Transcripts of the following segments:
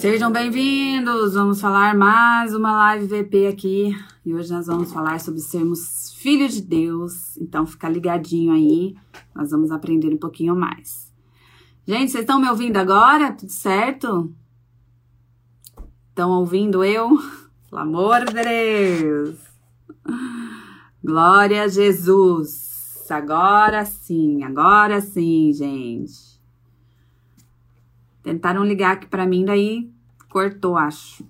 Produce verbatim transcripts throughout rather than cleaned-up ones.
Sejam bem-vindos! Vamos falar mais uma live V P aqui. E hoje nós vamos falar sobre sermos filhos de Deus. Então fica ligadinho aí, nós vamos aprender um pouquinho mais. Gente, vocês estão me ouvindo agora? Tudo certo? Estão ouvindo eu? Pelo amor de Deus! Glória a Jesus! Agora sim, agora sim, gente. Tentaram ligar aqui pra mim, daí cortou, acho.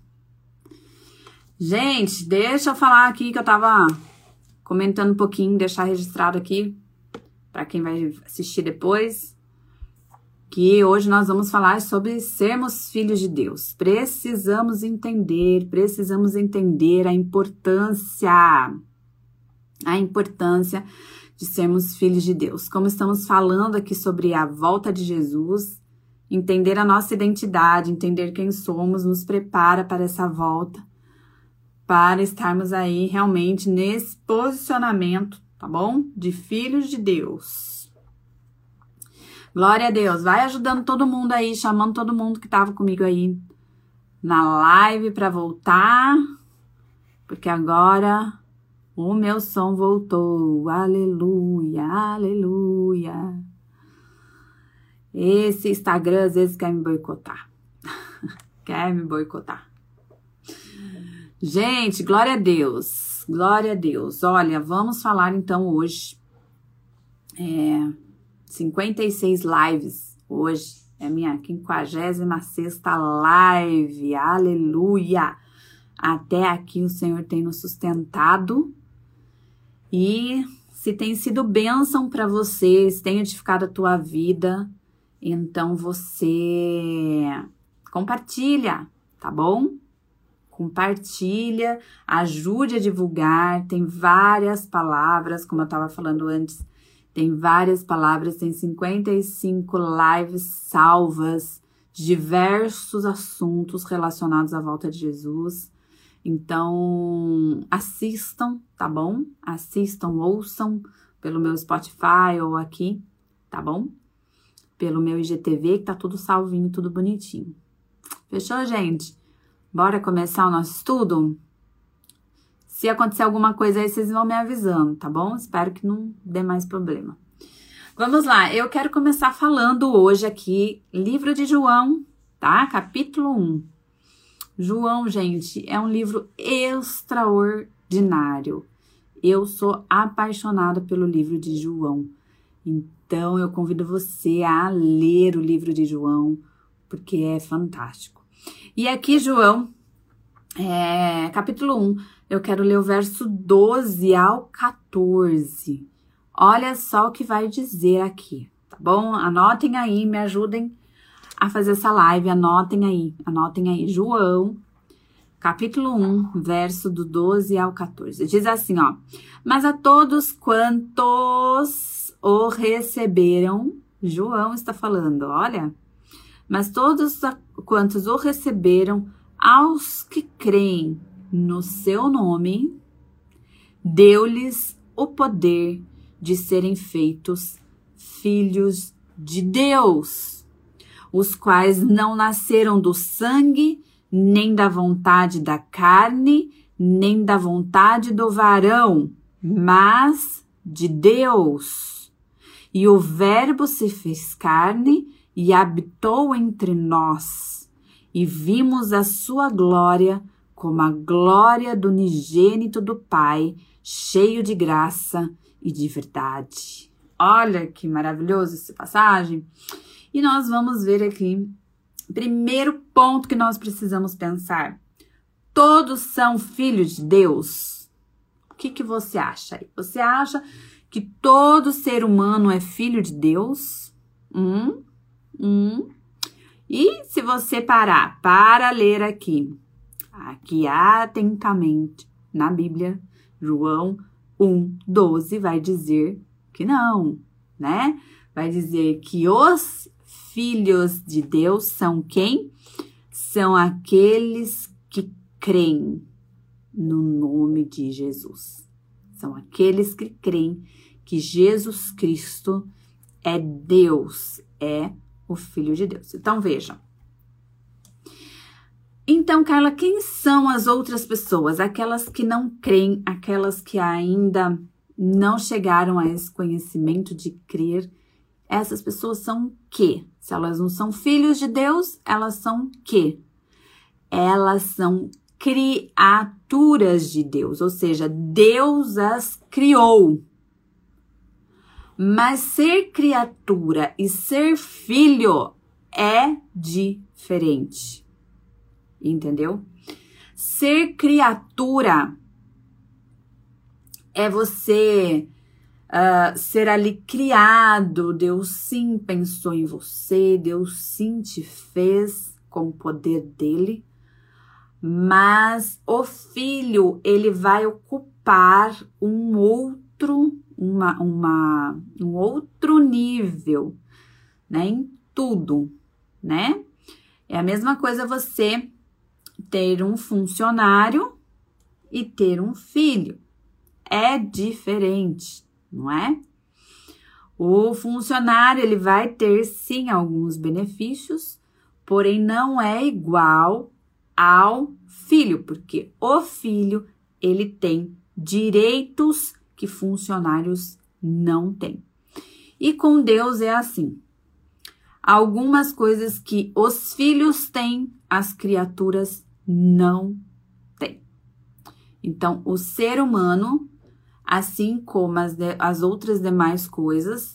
Gente, deixa eu falar aqui que eu tava comentando um pouquinho, deixar registrado aqui pra quem vai assistir depois, que hoje nós vamos falar sobre sermos filhos de Deus. Precisamos entender, precisamos entender a importância, a importância de sermos filhos de Deus. Como estamos falando aqui sobre a volta de Jesus, entender a nossa identidade, entender quem somos, nos prepara para essa volta, para estarmos aí realmente nesse posicionamento, tá bom? De filhos de Deus. Glória a Deus. Vai ajudando todo mundo aí, chamando todo mundo que estava comigo aí na live para voltar, porque agora o meu som voltou. Aleluia, aleluia. Esse Instagram às vezes quer me boicotar. Quer me boicotar. Gente, glória a Deus. Glória a Deus. Olha, vamos falar então hoje. É, cinquenta e seis lives. Hoje é minha quinquagésima sexta live. Aleluia. Até aqui o Senhor tem nos sustentado. E se tem sido bênção para você, se tem edificado a tua vida, então você compartilha, tá bom? Compartilha, ajude a divulgar, tem várias palavras, como eu estava falando antes, tem várias palavras, tem cinquenta e cinco lives salvas, de diversos assuntos relacionados à volta de Jesus. Então, assistam, tá bom? Assistam, ouçam pelo meu Spotify ou aqui, tá bom? Pelo meu I G T V, que tá tudo salvinho, tudo bonitinho. Fechou, gente? Bora começar o nosso estudo? Se acontecer alguma coisa aí, vocês vão me avisando, tá bom? Espero que não dê mais problema. Vamos lá, eu quero começar falando hoje aqui, livro de João, tá? Capítulo um. João, gente, é um livro extraordinário. Eu sou apaixonada pelo livro de João. Então, eu convido você a ler o livro de João, porque é fantástico. E aqui, João, é, capítulo um, eu quero ler o verso doze ao quatorze. Olha só o que vai dizer aqui, tá bom? Anotem aí, me ajudem a fazer essa live, anotem aí, anotem aí. João, capítulo um, verso do doze ao quatorze. Diz assim, ó. Mas a todos quantos o receberam, João está falando, olha. Mas todos quantos o receberam, aos que creem no seu nome, deu-lhes o poder de serem feitos filhos de Deus, os quais não nasceram do sangue, nem da vontade da carne, nem da vontade do varão, mas de Deus. E o Verbo se fez carne e habitou entre nós, e vimos a sua glória como a glória do unigênito do Pai, cheio de graça e de verdade. Olha que maravilhoso essa passagem. E nós vamos ver aqui, primeiro ponto que nós precisamos pensar. Todos são filhos de Deus? O que, que você acha aí? Você acha que todo ser humano é filho de Deus? Hum, hum. E se você parar para ler aqui, aqui atentamente na Bíblia, João um, doze, vai dizer que não, né? Vai dizer que os filhos de Deus são quem? São aqueles que creem no nome de Jesus. São aqueles que creem que Jesus Cristo é Deus, é o Filho de Deus. Então, vejam. Então, Carla, quem são as outras pessoas? Aquelas que não creem, aquelas que ainda não chegaram a esse conhecimento de crer. Essas pessoas são o quê? Se elas não são filhos de Deus, elas são o quê? Elas são criaturas de Deus, ou seja, Deus as criou. Mas ser criatura e ser filho é diferente. Entendeu? Ser criatura é você uh, ser ali criado. Deus sim pensou em você, Deus sim te fez com o poder dele. Mas o filho, ele vai ocupar um outro, uma, uma, um outro nível, né? Em tudo, né? É a mesma coisa você ter um funcionário e ter um filho. É diferente, não é? O funcionário, ele vai ter sim alguns benefícios, porém não é igual ao filho, porque o filho, ele tem direitos que funcionários não têm. E com Deus é assim. Algumas coisas que os filhos têm, as criaturas não têm. Então, o ser humano, assim como as, de, as outras demais coisas,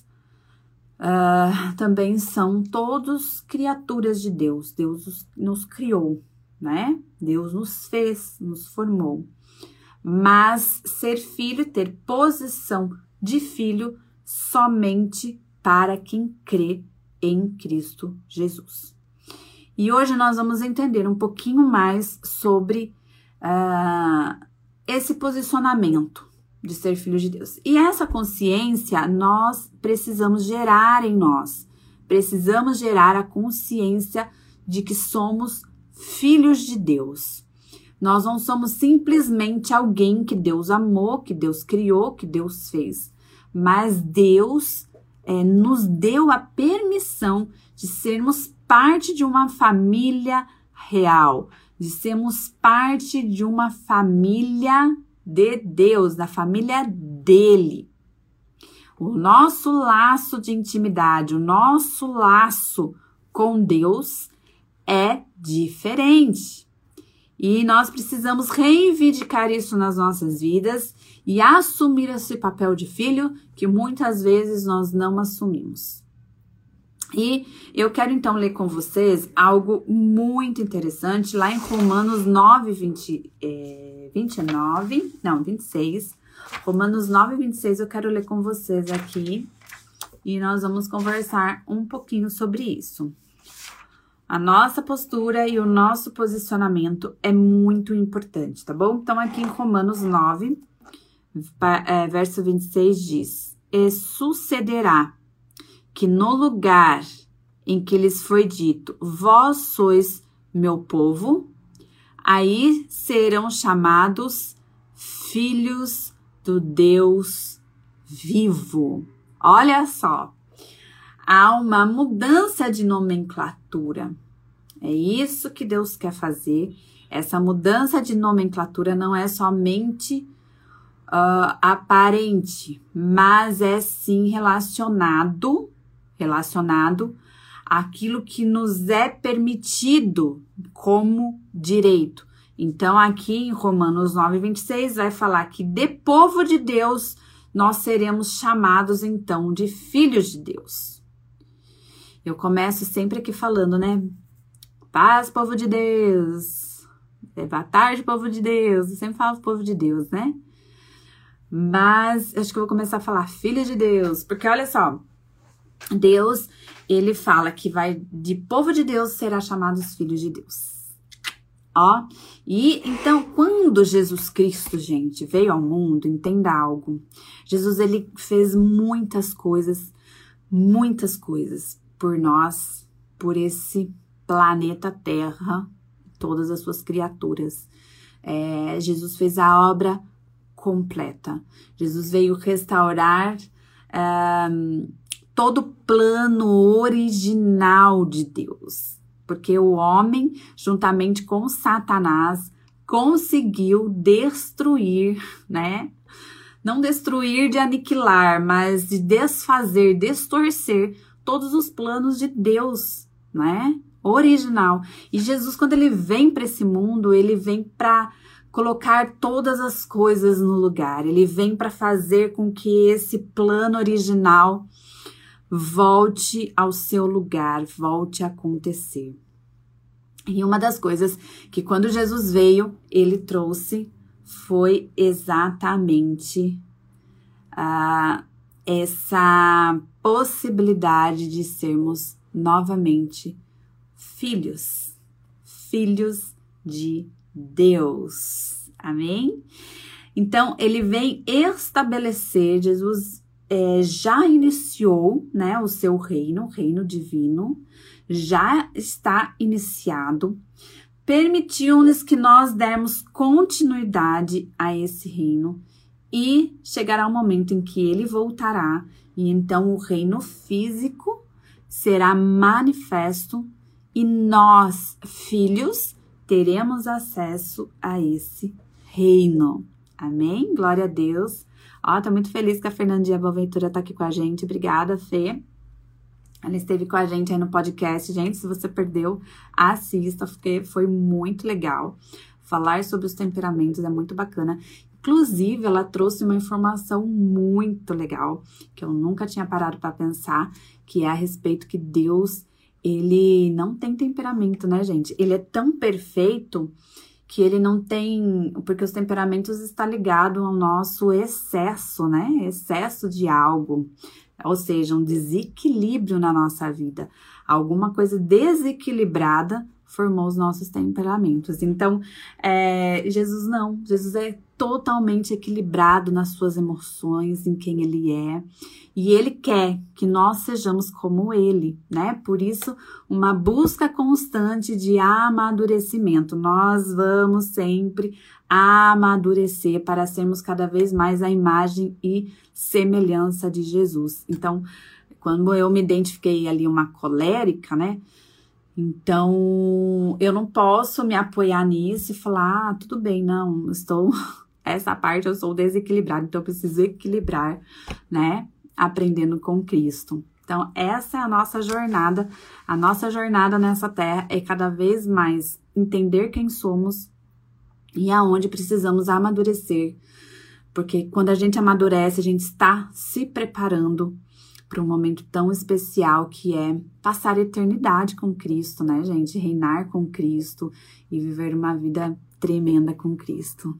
uh, também são todos criaturas de Deus. Deus os, nos criou, né? Deus nos fez, nos formou. Mas ser filho, ter posição de filho, somente para quem crê em Cristo Jesus. E hoje nós vamos entender um pouquinho mais sobre uh, esse posicionamento de ser filho de Deus. E essa consciência nós precisamos gerar em nós. Precisamos gerar a consciência de que somos filhos de Deus. Nós não somos simplesmente alguém que Deus amou, que Deus criou, que Deus fez. Mas Deus é, nos deu a permissão de sermos parte de uma família real, de sermos parte de uma família de Deus, da família dele. O nosso laço de intimidade, o nosso laço com Deus é diferente. E nós precisamos reivindicar isso nas nossas vidas e assumir esse papel de filho que muitas vezes nós não assumimos. E eu quero então ler com vocês algo muito interessante lá em Romanos nove, vinte, é, vinte e nove, não, vinte e seis. Romanos nove, vinte e seis eu quero ler com vocês aqui e nós vamos conversar um pouquinho sobre isso. A nossa postura e o nosso posicionamento é muito importante, tá bom? Então, aqui em Romanos nove, verso vinte e seis diz: E sucederá que no lugar em que lhes foi dito, vós sois meu povo, aí serão chamados filhos do Deus vivo. Olha só. Há uma mudança de nomenclatura. É isso que Deus quer fazer. Essa mudança de nomenclatura não é somente uh, aparente, mas é sim relacionado, relacionado àquilo que nos é permitido como direito. Então, aqui em Romanos nove, vinte e seis, vai falar que de povo de Deus, nós seremos chamados, então, de filhos de Deus. Eu começo sempre aqui falando, né? Paz, povo de Deus. Boa tarde, povo de Deus. Eu sempre falo povo de Deus, né? Mas acho que eu vou começar a falar filho de Deus. Porque olha só, Deus, ele fala que vai de povo de Deus será chamados filhos de Deus. Ó, e então quando Jesus Cristo, gente, veio ao mundo, entenda algo. Jesus, ele fez muitas coisas, muitas coisas por nós, por esse planeta Terra, todas as suas criaturas. É, Jesus fez a obra completa. Jesus veio restaurar um, todo o plano original de Deus. porque o homem, juntamente com Satanás, conseguiu destruir, né? Não destruir de aniquilar, mas de desfazer, distorcer todos os planos de Deus, né? Original. E Jesus, quando ele vem para esse mundo, ele vem para colocar todas as coisas no lugar. Ele vem para fazer com que esse plano original volte ao seu lugar, volte a acontecer. E uma das coisas que quando Jesus veio, ele trouxe foi exatamente uh, essa possibilidade de sermos novamente filhos, filhos de Deus. Amém? Então, ele vem estabelecer, Jesus é, já iniciou, né, o seu reino, o reino divino, já está iniciado, permitiu-nos que nós demos continuidade a esse reino e chegará o momento em que ele voltará e então o reino físico será manifesto e nós, filhos, teremos acesso a esse reino. Amém? Glória a Deus. Ó, tô muito feliz que a Fernandinha Boaventura tá aqui com a gente. Obrigada, Fê. Ela esteve com a gente aí no podcast. Gente, se você perdeu, assista, porque foi muito legal. Falar sobre os temperamentos é muito bacana. Inclusive, ela trouxe uma informação muito legal, que eu nunca tinha parado para pensar, que é a respeito que Deus, ele não tem temperamento, né, gente? Ele é tão perfeito que ele não tem... Porque os temperamentos estão ligados ao nosso excesso, né? Excesso de algo. Ou seja, um desequilíbrio na nossa vida. Alguma coisa desequilibrada formou os nossos temperamentos. Então, é, Jesus não. Jesus é totalmente equilibrado nas suas emoções, em quem ele é. E ele quer que nós sejamos como ele, né? Por isso, uma busca constante de amadurecimento. Nós vamos sempre amadurecer para sermos cada vez mais a imagem e semelhança de Jesus. Então, quando eu me identifiquei ali uma colérica, né? Então, eu não posso me apoiar nisso e falar, ah, tudo bem, não, estou... Essa parte eu sou desequilibrada, então eu preciso equilibrar, né? Aprendendo com Cristo. Então, essa é a nossa jornada. A nossa jornada nessa terra é cada vez mais entender quem somos e aonde precisamos amadurecer. Porque quando a gente amadurece, a gente está se preparando para um momento tão especial que é passar a eternidade com Cristo, né, gente? Reinar com Cristo e viver uma vida tremenda com Cristo.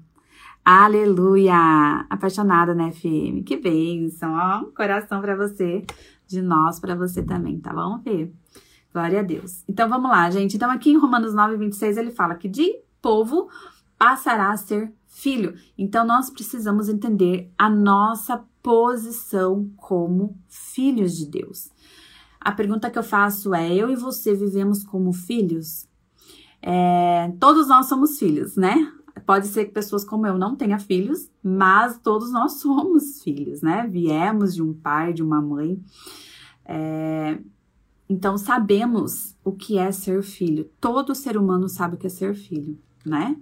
Aleluia! Apaixonada, né, F M? Que bênção, ó, um coração para você, de nós para você também, tá bom, Fê? Glória a Deus. Então, vamos lá, gente. Então, aqui em Romanos nove, vinte e seis, ele fala que de povo passará a ser filho. Então, nós precisamos entender a nossa posição como filhos de Deus. A pergunta que eu faço é, eu e você vivemos como filhos? É, todos nós somos filhos, né? Pode ser que pessoas como eu não tenham filhos, mas todos nós somos filhos, né? Viemos de um pai, de uma mãe. É, então, sabemos o que é ser filho. Todo ser humano sabe o que é ser filho, né?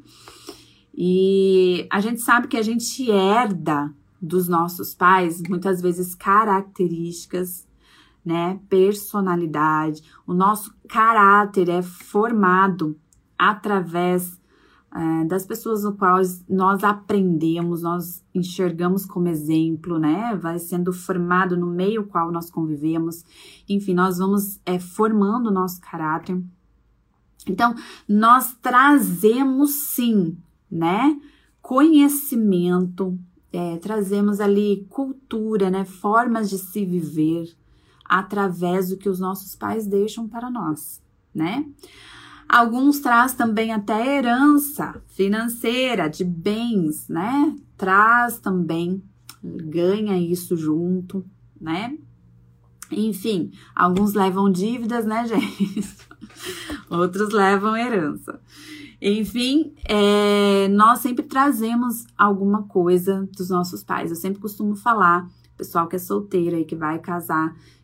E a gente sabe que a gente herda dos nossos pais, muitas vezes, características, né? Personalidade. O nosso caráter é formado através é, das pessoas no quais nós aprendemos, nós enxergamos como exemplo, né? Vai sendo formado no meio qual nós convivemos. Enfim, nós vamos é, formando o nosso caráter. Então, nós trazemos, sim, né? Conhecimento, é, trazemos ali cultura, né? Formas de se viver através do que os nossos pais deixam para nós, né? Alguns traz também até herança financeira, de bens, né? Traz também, ganha isso junto, né? Enfim, alguns levam dívidas, né, gente? Outros levam herança. Enfim, é, nós sempre trazemos alguma coisa dos nossos pais. Eu sempre costumo falar, pessoal que é solteiro aí, que vai casar,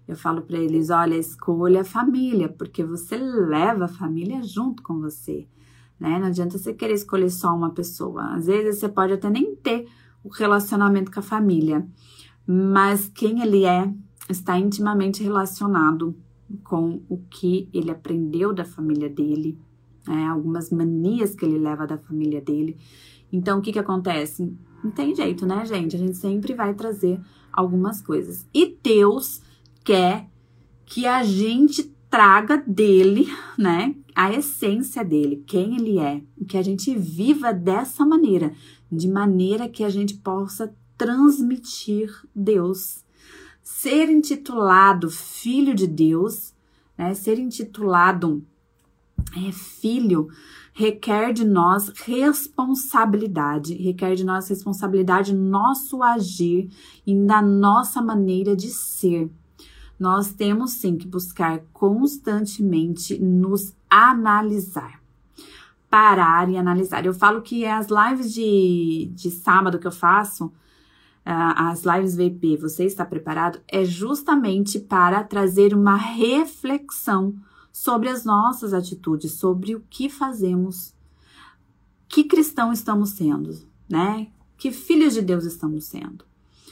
Eu falo para eles, olha, escolha a família, porque você leva a família junto com você, né? Não adianta você querer escolher só uma pessoa. Às vezes você pode até nem ter o relacionamento com a família, mas quem ele é está intimamente relacionado com o que ele aprendeu da família dele, né? Algumas manias que ele leva da família dele. Então, o que que acontece? Não tem jeito, né, gente? A gente sempre vai trazer algumas coisas. E Deus quer que a gente traga dele, né, a essência dele, quem ele é, que a gente viva dessa maneira, de maneira que a gente possa transmitir Deus. Ser intitulado filho de Deus, né, ser intitulado é, filho, requer de nós responsabilidade, requer de nós responsabilidade no nosso agir e na nossa maneira de ser. Nós temos sim que buscar constantemente nos analisar, parar e analisar. Eu falo que as lives de, de sábado que eu faço, uh, as lives V I P, você está preparado? É justamente para trazer uma reflexão sobre as nossas atitudes, sobre o que fazemos, que cristão estamos sendo, né? Que filhos de Deus estamos sendo.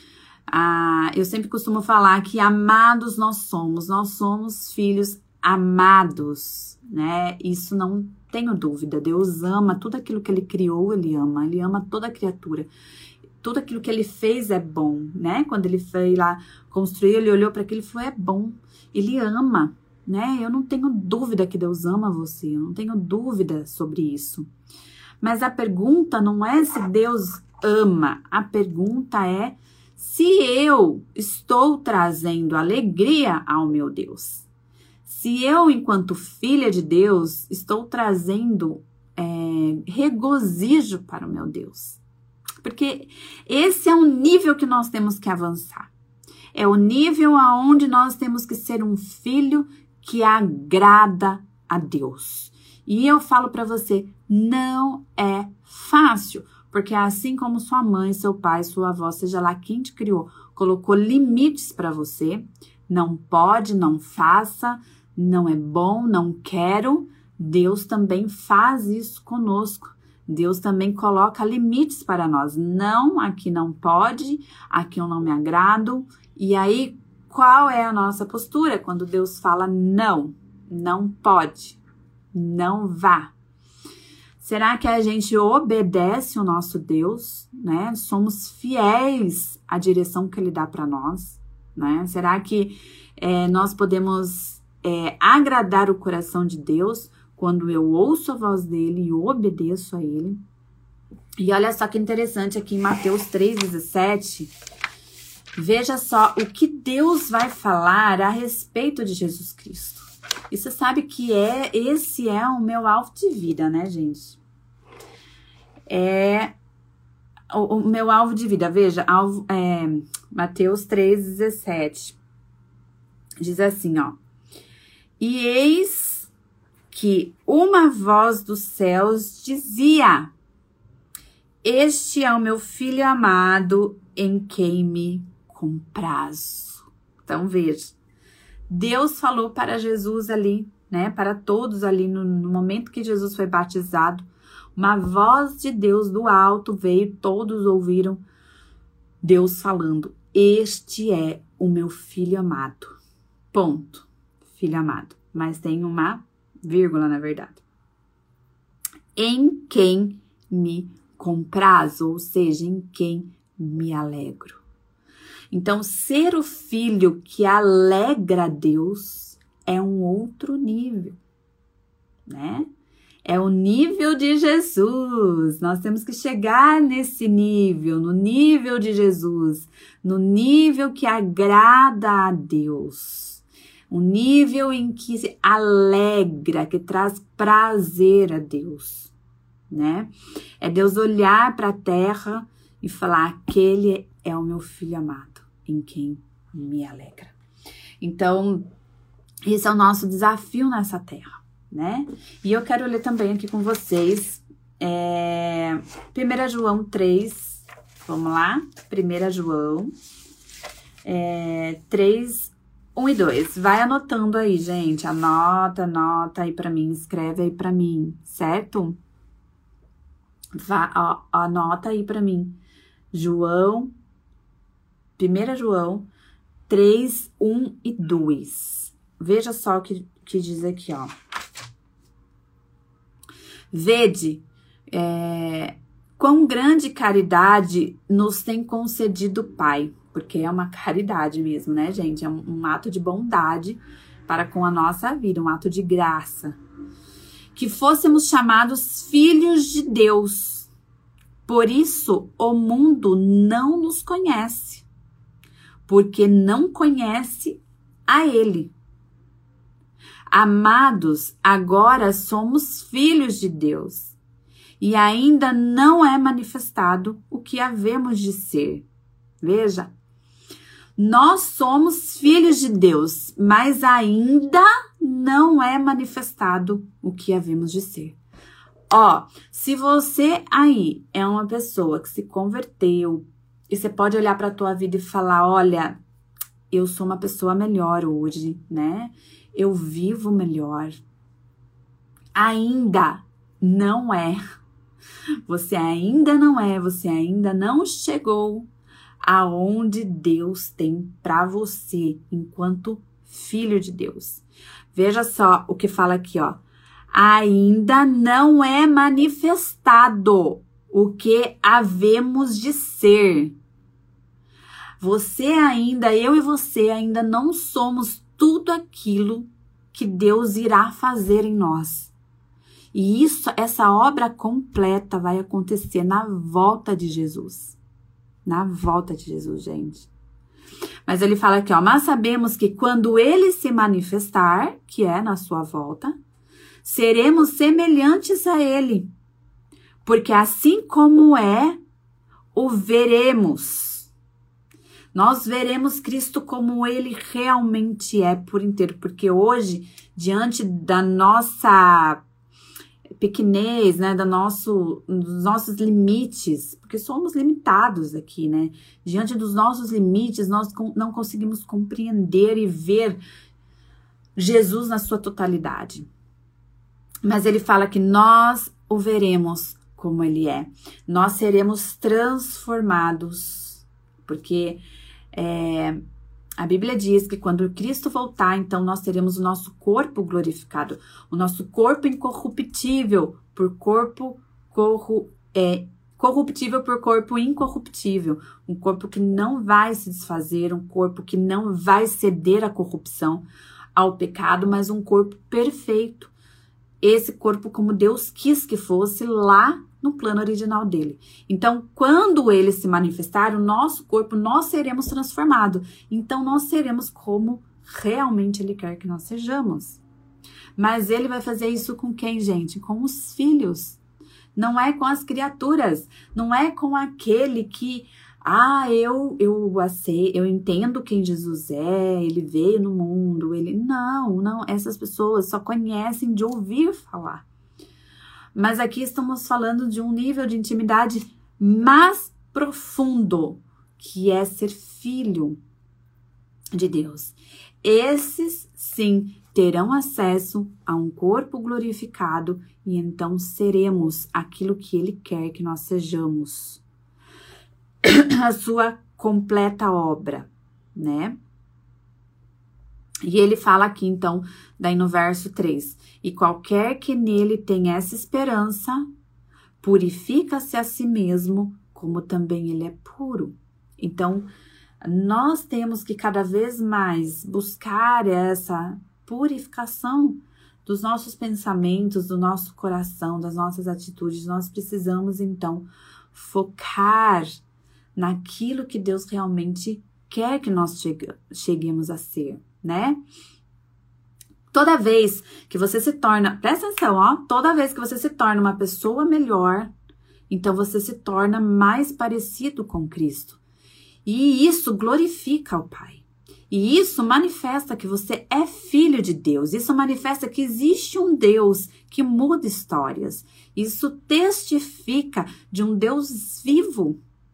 Ah, eu sempre costumo falar que amados nós somos, nós somos filhos amados, né? Isso não tenho dúvida. Deus ama tudo aquilo que Ele criou, Ele ama, Ele ama toda criatura. Tudo aquilo que Ele fez é bom, né? Quando Ele foi lá construir, Ele olhou para aquilo e falou, é bom. Ele ama, né? Eu não tenho dúvida que Deus ama você, eu não tenho dúvida sobre isso. Mas a pergunta não é se Deus ama, a pergunta é se eu estou trazendo alegria ao meu Deus. Se eu, enquanto filha de Deus, estou trazendo é, regozijo para o meu Deus. Porque esse é o nível que nós temos que avançar. É o nível aonde nós temos que ser um filho que agrada a Deus. E eu falo para você, não é fácil. Porque assim como sua mãe, seu pai, sua avó, seja lá quem te criou, colocou limites para você, não pode, não faça, não é bom, não quero, Deus também faz isso conosco. Deus também coloca limites para nós. Não, aqui não pode, aqui eu não me agrado. E aí, qual é a nossa postura quando Deus fala não, não pode, não vá? Será que a gente obedece o nosso Deus, né? Somos fiéis à direção que Ele dá para nós, né? Será que é, nós podemos é, agradar o coração de Deus quando eu ouço a voz dEle e obedeço a Ele? E olha só que interessante aqui em Mateus três, dezessete, veja só o que Deus vai falar a respeito de Jesus Cristo. E você sabe que é, esse é o meu alvo de vida, né, gente? É o, o meu alvo de vida. Veja, alvo, é, Mateus três, dezessete. Diz assim, ó. E eis que uma voz dos céus dizia, este é o meu filho amado, em quem me comprazo. Então, veja. Deus falou para Jesus ali, né, para todos ali no, no momento que Jesus foi batizado, uma voz de Deus do alto veio, todos ouviram Deus falando, este é o meu filho amado, ponto, filho amado, mas tem uma vírgula na verdade, em quem me comprazo, ou seja, em quem me alegro. Então, ser o filho que alegra a Deus é um outro nível, né? É o nível de Jesus. Nós temos que chegar nesse nível, no nível de Jesus, no nível que agrada a Deus. Um nível em que se alegra, que traz prazer a Deus, né? É Deus olhar para a terra e falar, aquele é o meu filho amado, em quem me alegra. Então, esse é o nosso desafio nessa terra, né? E eu quero ler também aqui com vocês, é, primeira João três, vamos lá? primeira João é, três, um e dois. Vai anotando aí, gente. Anota, anota aí pra mim. Escreve aí pra mim, certo? Vá, ó, anota aí pra mim. João, primeiro João três, um e dois. Veja só o que, que diz aqui, ó. Vede, é, quão grande caridade nos tem concedido o Pai. Porque é uma caridade mesmo, né, gente? É um, um ato de bondade para com a nossa vida, um ato de graça. Que fôssemos chamados filhos de Deus. Por isso, o mundo não nos conhece, porque não conhece a Ele. Amados, agora somos filhos de Deus, e ainda não é manifestado o que havemos de ser. Veja, nós somos filhos de Deus, mas ainda não é manifestado o que havemos de ser. Ó, se você aí é uma pessoa que se converteu, e você pode olhar para a tua vida e falar, olha, eu sou uma pessoa melhor hoje, né? Eu vivo melhor. Ainda não é. Você ainda não é, você ainda não chegou aonde Deus tem para você enquanto filho de Deus. Veja só o que fala aqui, ó. Ainda não é manifestado o que havemos de ser. Você ainda, eu e você ainda não somos tudo aquilo que Deus irá fazer em nós. E isso, essa obra completa vai acontecer na volta de Jesus. Na volta de Jesus, gente. Mas ele fala aqui, ó, mas sabemos que quando ele se manifestar, que é na sua volta, seremos semelhantes a ele, porque assim como é, o veremos. Nós veremos Cristo como ele realmente é por inteiro, porque hoje, diante da nossa pequenez, né, do nosso, dos nossos limites, porque somos limitados aqui, né? Diante dos nossos limites, nós não conseguimos compreender e ver Jesus na sua totalidade. Mas ele fala que nós o veremos como ele é. Nós seremos transformados, porque é, a Bíblia diz que quando Cristo voltar, então nós teremos o nosso corpo glorificado, o nosso corpo incorruptível por corpo corru, é, corruptível por corpo incorruptível, um corpo que não vai se desfazer, um corpo que não vai ceder à corrupção, ao pecado, mas um corpo perfeito. Esse corpo como Deus quis que fosse lá no plano original dele. Então, quando ele se manifestar, o nosso corpo, nós seremos transformados. Então, nós seremos como realmente ele quer que nós sejamos. Mas ele vai fazer isso com quem, gente? Com os filhos. Não é com as criaturas. Não é com aquele que, ah, eu, eu, sei, eu entendo quem Jesus é, ele veio no mundo, ele... Não, não, essas pessoas só conhecem de ouvir falar. Mas aqui estamos falando de um nível de intimidade mais profundo, que é ser filho de Deus. Esses, sim, terão acesso a um corpo glorificado e então seremos aquilo que ele quer que nós sejamos. A sua completa obra, né? E ele fala aqui, então, daí no verso três. E qualquer que nele tenha essa esperança, purifica-se a si mesmo, como também ele é puro. Então, nós temos que cada vez mais buscar essa purificação dos nossos pensamentos, do nosso coração, das nossas atitudes. Nós precisamos, então, focar naquilo que Deus realmente quer que nós cheguemos a ser, né? Toda vez que você se torna, presta atenção, ó, toda vez que você se torna uma pessoa melhor, então você se torna mais parecido com Cristo. E isso glorifica o Pai. E isso manifesta que você é filho de Deus. Isso manifesta que existe um Deus que muda histórias. Isso testifica de um Deus vivo.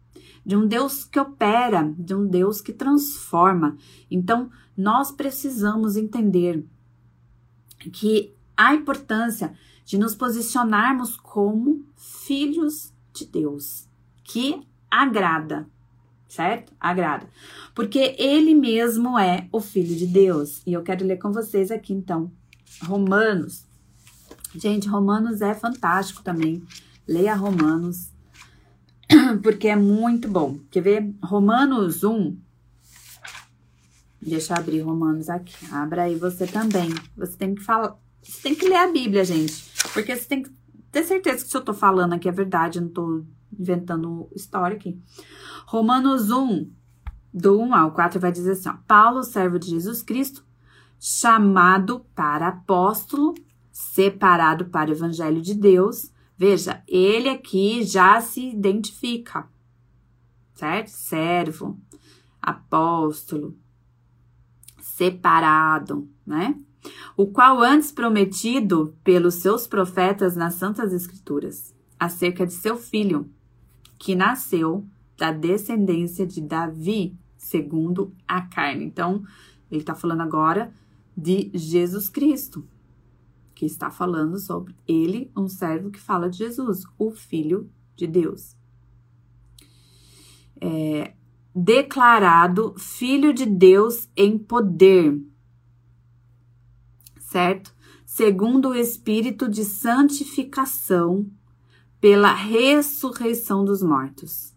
de um Deus que opera, de um Deus que transforma. Então, nós precisamos entender que a importância de nos posicionarmos como filhos de Deus, que agrada, certo? Agrada. Porque ele mesmo é o Filho de Deus. E eu quero ler com vocês aqui, então, Romanos. Gente, Romanos é fantástico também. Leia Romanos, porque é muito bom. Quer ver? Romanos um. Deixa eu abrir Romanos aqui. Abra aí você também. Você tem que falar, você tem que ler a Bíblia, gente. Porque você tem que ter certeza que o que eu tô falando aqui é verdade. Eu não tô inventando história aqui. Romanos um, do um ao quatro, vai dizer assim, ó. Paulo, servo de Jesus Cristo, chamado para apóstolo, separado para o evangelho de Deus. Veja, ele aqui já se identifica, certo? Servo, apóstolo, separado, né? O qual antes prometido pelos seus profetas nas Santas Escrituras, acerca de seu filho, que nasceu da descendência de Davi, segundo a carne. Então, ele está falando agora de Jesus Cristo, que está falando sobre ele, um servo que fala de Jesus, o Filho de Deus. É, declarado Filho de Deus em poder, certo? Segundo o Espírito de santificação, pela ressurreição dos mortos.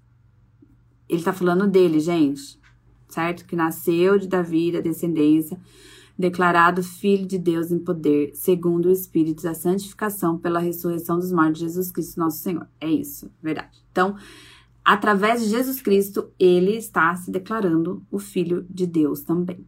Ele está falando dele, gente, certo? Que nasceu de Davi, da descendência, declarado Filho de Deus em poder, segundo o Espírito da santificação, pela ressurreição dos mortos de Jesus Cristo, nosso Senhor. É isso, verdade. Então, através de Jesus Cristo, ele está se declarando o Filho de Deus também.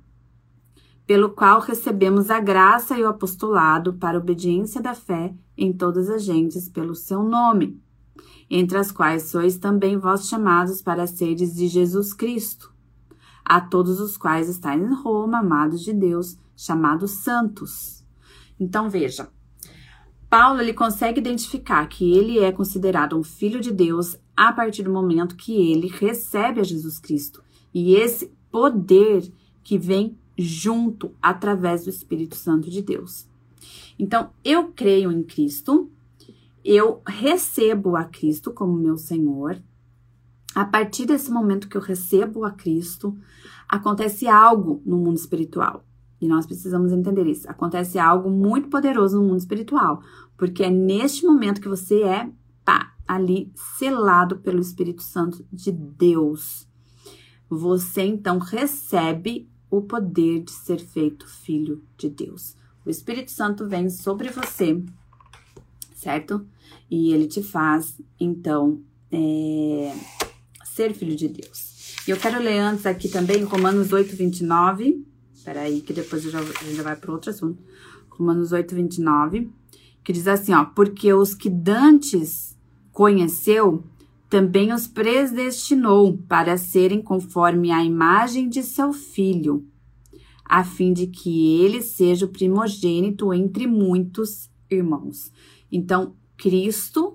Pelo qual recebemos a graça e o apostolado para a obediência da fé em todas as gentes pelo seu nome, entre as quais sois também vós chamados para seres de Jesus Cristo, a todos os quais estáis em Roma, amados de Deus, chamados santos. Então, veja, Paulo, ele consegue identificar que ele é considerado um filho de Deus a partir do momento que ele recebe a Jesus Cristo. E esse poder que vem junto, através do Espírito Santo de Deus. Então, eu creio em Cristo, eu recebo a Cristo como meu Senhor. A partir desse momento que eu recebo a Cristo, acontece algo no mundo espiritual. E nós precisamos entender isso. Acontece algo muito poderoso no mundo espiritual. Porque é neste momento que você é, pá, ali selado pelo Espírito Santo de Deus. Você, então, recebe o poder de ser feito filho de Deus. O Espírito Santo vem sobre você, certo? E ele te faz, então, é... ser filho de Deus. E eu quero ler antes aqui também Romanos oito, vinte e nove. Espera aí, que depois eu já, a gente já vai para outro assunto. Romanos oito, vinte e nove. Que diz assim, ó. Porque os que dantes conheceu, também os predestinou para serem conforme a imagem de seu filho, a fim de que ele seja o primogênito entre muitos irmãos. Então, Cristo,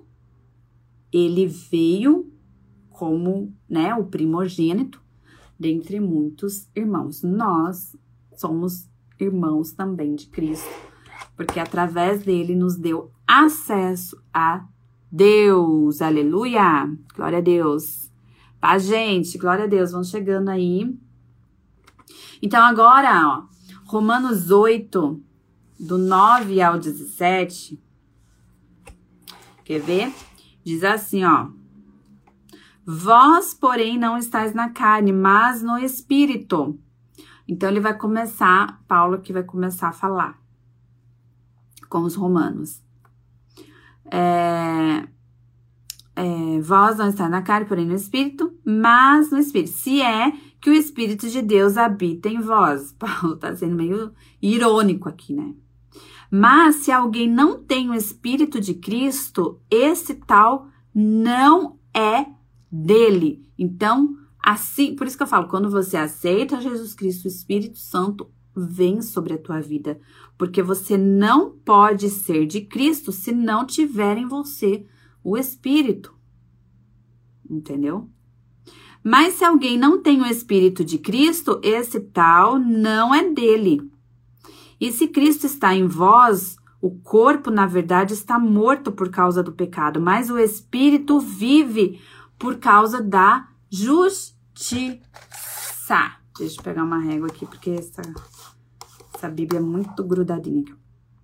ele veio como, né, o primogênito dentre muitos irmãos. Nós somos irmãos também de Cristo, porque através dele nos deu acesso a Deus. Aleluia! Glória a Deus. Tá, gente? Glória a Deus. Vão chegando aí. Então, agora, ó, Romanos oito, do nove ao dezessete. Quer ver? Diz assim, ó. Vós, porém, não estáis na carne, mas no Espírito. Então, ele vai começar, Paulo que vai começar a falar com os romanos. É, é, vós não estáis na carne, porém no Espírito, mas no Espírito. Se é que o Espírito de Deus habita em vós. Paulo tá sendo meio irônico aqui, né? Mas se alguém não tem o Espírito de Cristo, esse tal não é dele. Então, assim, por isso que eu falo, quando você aceita Jesus Cristo, o Espírito Santo vem sobre a tua vida, porque você não pode ser de Cristo se não tiver em você o Espírito, entendeu? Mas se alguém não tem o Espírito de Cristo, esse tal não é dele. E se Cristo está em vós, o corpo, na verdade, está morto por causa do pecado, mas o Espírito vive por causa da justiça. Deixa eu pegar uma régua aqui, porque essa, essa Bíblia é muito grudadinha aqui.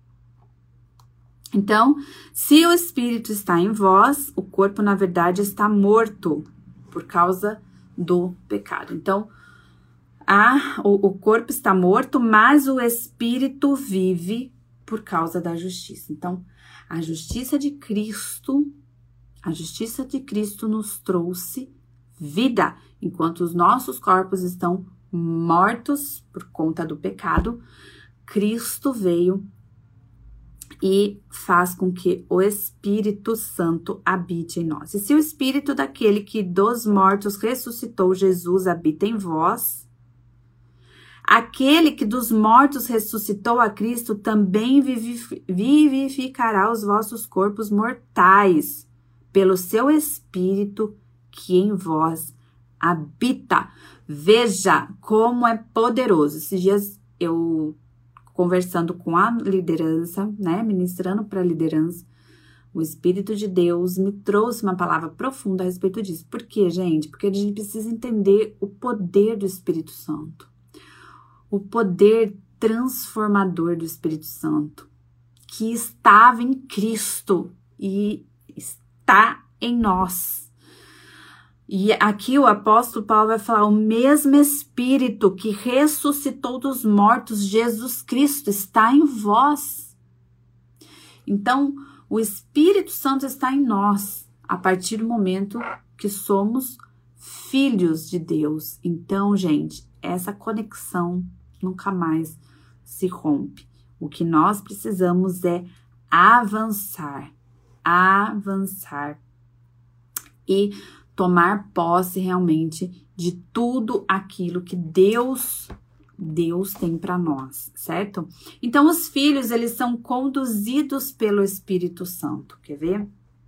Então, se o Espírito está em vós, o corpo, na verdade, está morto por causa do pecado. Então, a, o, o corpo está morto, mas o Espírito vive por causa da justiça. Então, a justiça de Cristo, a justiça de Cristo nos trouxe vida, enquanto os nossos corpos estão mortos por conta do pecado. Cristo veio e faz com que o Espírito Santo habite em nós. E se o Espírito daquele que dos mortos ressuscitou Jesus habita em vós, aquele que dos mortos ressuscitou a Cristo também vivificará os vossos corpos mortais pelo seu Espírito que em vós habita. Veja como é poderoso. Esses dias eu conversando com a liderança, né, ministrando para a liderança, o Espírito de Deus me trouxe uma palavra profunda a respeito disso. Por quê, gente? Porque a gente precisa entender o poder do Espírito Santo. O poder transformador do Espírito Santo, que estava em Cristo e está em nós. E aqui o apóstolo Paulo vai falar, o mesmo Espírito que ressuscitou dos mortos, Jesus Cristo, está em vós. Então, o Espírito Santo está em nós, a partir do momento que somos filhos de Deus. Então, gente, essa conexão nunca mais se rompe. O que nós precisamos é avançar, avançar e tomar posse realmente de tudo aquilo que Deus, Deus tem para nós, certo? Então, os filhos, eles são conduzidos pelo Espírito Santo. Quer ver?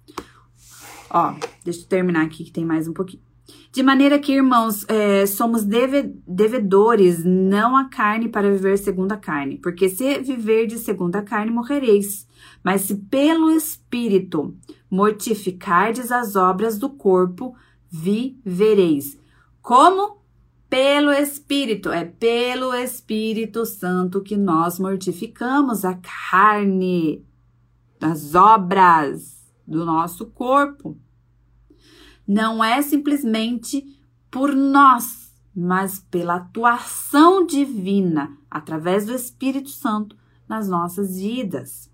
Ó, deixa eu terminar aqui que tem mais um pouquinho. De maneira que, irmãos, é, somos deve, devedores, não a carne, para viver segundo a carne. Porque se viver de segundo a carne, morrereis. Mas se pelo Espírito mortificardes as obras do corpo, vivereis. Como? Pelo Espírito. É pelo Espírito Santo que nós mortificamos a carne, as obras do nosso corpo. Não é simplesmente por nós, mas pela atuação divina, através do Espírito Santo, nas nossas vidas.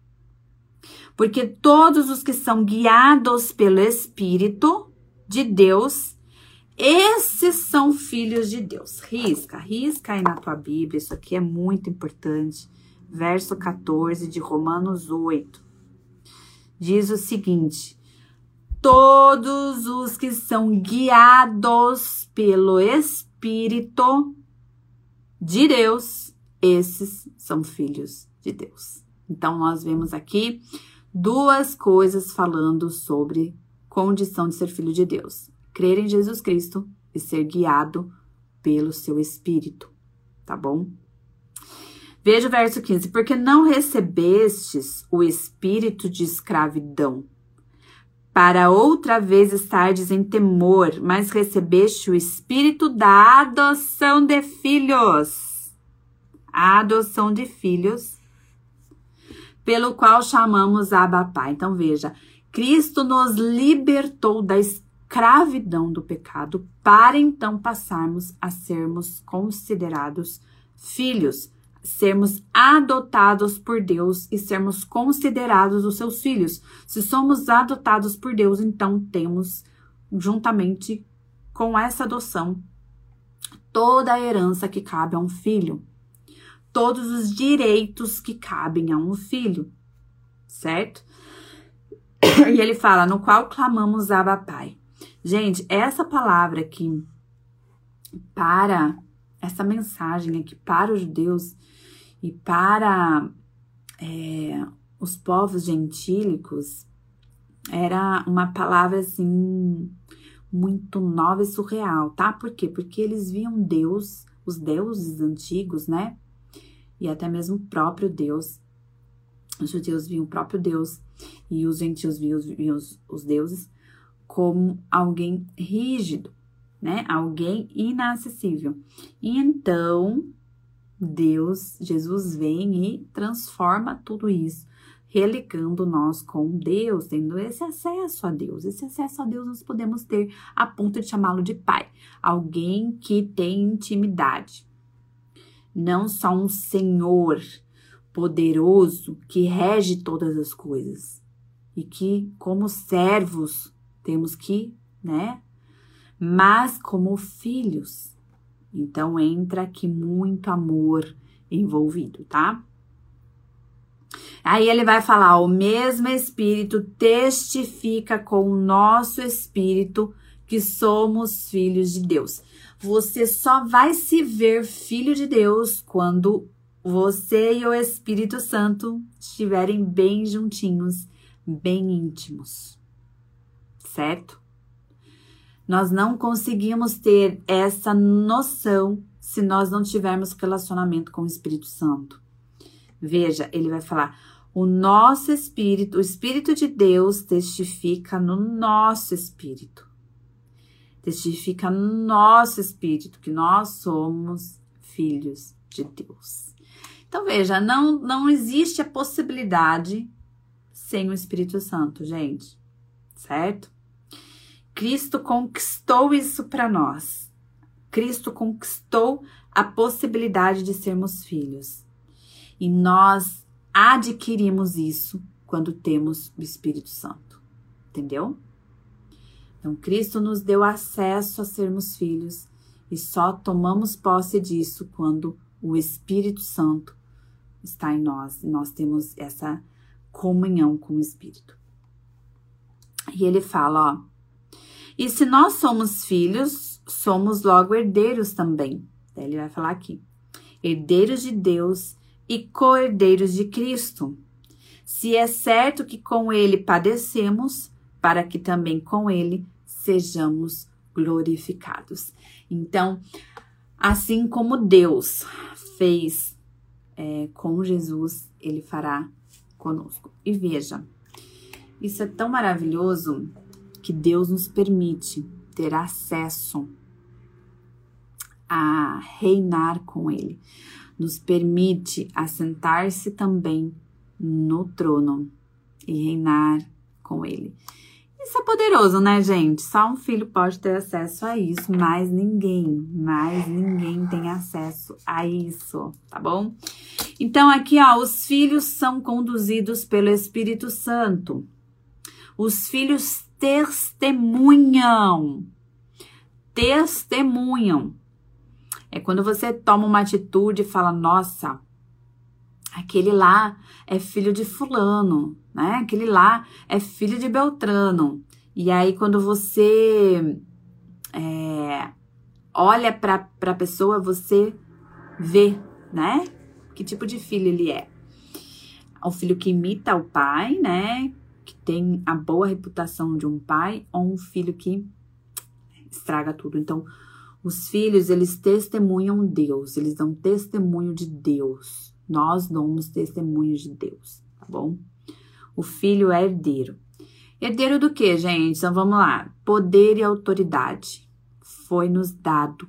Porque todos os que são guiados pelo Espírito de Deus, esses são filhos de Deus. Risca, risca aí na tua Bíblia, isso aqui é muito importante. Verso quatorze de Romanos oito. Diz o seguinte: todos os que são guiados pelo Espírito de Deus, esses são filhos de Deus. Então, nós vemos aqui duas coisas falando sobre condição de ser filho de Deus. Crer em Jesus Cristo e ser guiado pelo seu Espírito, tá bom? Veja o verso quinze. Porque não recebestes o espírito de escravidão, para outra vez estardes em temor, mas recebeste o Espírito da adoção de filhos. A adoção de filhos, pelo qual chamamos Abba Pai. Então, veja, Cristo nos libertou da escravidão do pecado, para então passarmos a sermos considerados filhos, sermos adotados por Deus e sermos considerados os seus filhos. Se somos adotados por Deus, então temos, juntamente com essa adoção, toda a herança que cabe a um filho, todos os direitos que cabem a um filho, certo? E ele fala, no qual clamamos Abba Pai. Gente, essa palavra aqui, para essa mensagem aqui para os judeus e para é, os povos gentílicos, era uma palavra assim muito nova e surreal, tá? Por quê? Porque eles viam Deus, os deuses antigos, né? E até mesmo o próprio Deus. Os judeus viam o próprio Deus e os gentios viam, viam os, os deuses como alguém rígido, né? Alguém inacessível. E então, Deus, Jesus vem e transforma tudo isso, religando nós com Deus, tendo esse acesso a Deus. Esse acesso a Deus nós podemos ter a ponto de chamá-lo de Pai. Alguém que tem intimidade. Não só um Senhor poderoso que rege todas as coisas. E que, como servos, temos que, né? Mas como filhos. Então, entra aqui muito amor envolvido, tá? Aí ele vai falar, o mesmo Espírito testifica com o nosso Espírito que somos filhos de Deus. Você só vai se ver filho de Deus quando você e o Espírito Santo estiverem bem juntinhos, bem íntimos, certo? Nós não conseguimos ter essa noção se nós não tivermos relacionamento com o Espírito Santo. Veja, ele vai falar, o nosso Espírito, o Espírito de Deus testifica no nosso Espírito. Testifica no nosso Espírito que nós somos filhos de Deus. Então, veja, não, não existe a possibilidade sem o Espírito Santo, gente, certo? Cristo conquistou isso para nós. Cristo conquistou a possibilidade de sermos filhos. E nós adquirimos isso quando temos o Espírito Santo. Entendeu? Então, Cristo nos deu acesso a sermos filhos e só tomamos posse disso quando o Espírito Santo está em nós. E nós temos essa comunhão com o Espírito. E ele fala, ó, e se nós somos filhos, somos logo herdeiros também. Ele vai falar aqui, herdeiros de Deus e co-herdeiros de Cristo. Se é certo que com ele padecemos, para que também com ele sejamos glorificados. Então, assim como Deus fez é, com Jesus, ele fará conosco. E veja, isso é tão maravilhoso que Deus nos permite ter acesso a reinar com ele. Nos permite assentar-se também no trono e reinar com ele. Isso é poderoso, né, gente? Só um filho pode ter acesso a isso, mais ninguém, mais ninguém tem acesso a isso, tá bom? Então, aqui, ó, os filhos são conduzidos pelo Espírito Santo. Os filhos testemunham. Testemunham. É quando você toma uma atitude e fala, nossa, aquele lá é filho de fulano, né? Aquele lá é filho de Beltrano. E aí, quando você é, olha para a pessoa, você vê, né? Que tipo de filho ele é. O filho que imita o pai, né? Que tem a boa reputação de um pai, ou um filho que estraga tudo. Então, os filhos, eles testemunham Deus, eles dão testemunho de Deus. Nós damos testemunho de Deus, tá bom? O filho é herdeiro. Herdeiro do quê, gente? Então, vamos lá. Poder e autoridade foi nos dado.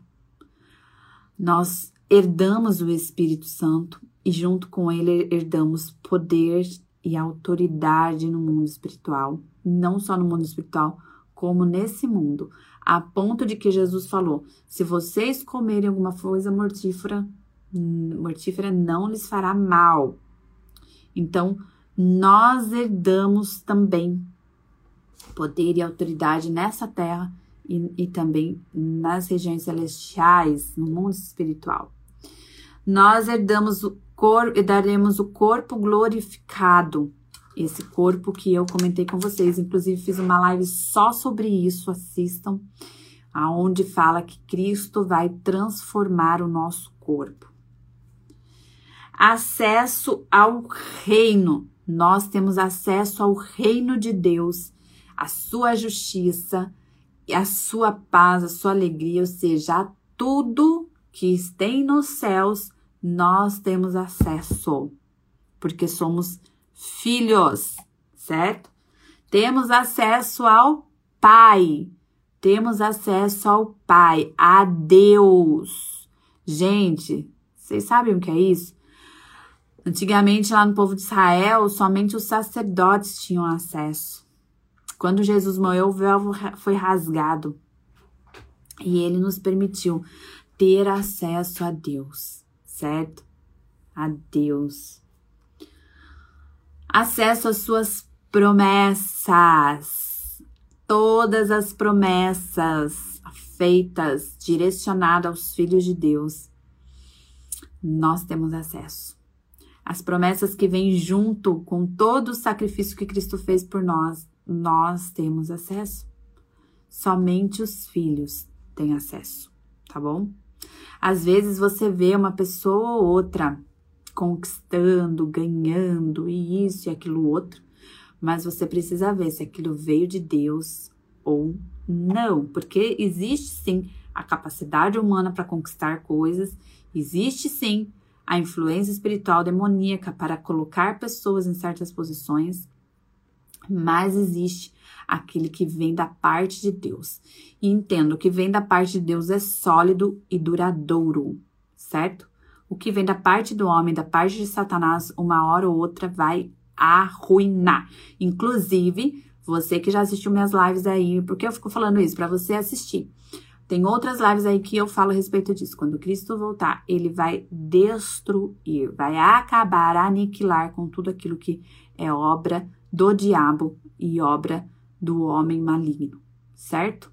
Nós herdamos o Espírito Santo e junto com ele herdamos poder e autoridade no mundo espiritual. Não só no mundo espiritual, como nesse mundo. A ponto de que Jesus falou, se vocês comerem alguma coisa mortífera, mortífera não lhes fará mal. Então, nós herdamos também poder e autoridade nessa terra e, e também nas regiões celestiais, no mundo espiritual. Nós herdamos o corpo e daremos o corpo glorificado. Esse corpo que eu comentei com vocês, inclusive fiz uma live só sobre isso, assistam, aonde fala que Cristo vai transformar o nosso corpo. Acesso ao reino. Nós temos acesso ao reino de Deus, a sua justiça a sua paz, a sua alegria, ou seja, a tudo que tem nos céus, nós temos acesso, porque somos filhos, certo? Temos acesso ao Pai, temos acesso ao Pai, a Deus. Gente, vocês sabem o que é isso? Antigamente, lá no povo de Israel, somente os sacerdotes tinham acesso. Quando Jesus morreu, o véu foi rasgado e ele nos permitiu ter acesso a Deus, certo? A Deus. Acesso às suas promessas. Todas as promessas feitas, direcionadas aos filhos de Deus, nós temos acesso. As promessas que vêm junto com todo o sacrifício que Cristo fez por nós, nós temos acesso. Somente os filhos têm acesso, tá bom? Às vezes você vê uma pessoa ou outra conquistando, ganhando, e isso e aquilo outro, mas você precisa ver se aquilo veio de Deus ou não, porque existe sim a capacidade humana para conquistar coisas, existe sim a influência espiritual demoníaca para colocar pessoas em certas posições, mas existe aquele que vem da parte de Deus. E entendo, o que vem da parte de Deus é sólido e duradouro, certo? O que vem da parte do homem, da parte de Satanás, uma hora ou outra vai arruinar. Inclusive, você que já assistiu minhas lives aí, por que eu fico falando isso? Para você assistir. Tem outras lives aí que eu falo a respeito disso. Quando Cristo voltar, ele vai destruir, vai acabar, aniquilar com tudo aquilo que é obra do diabo e obra do homem maligno, certo?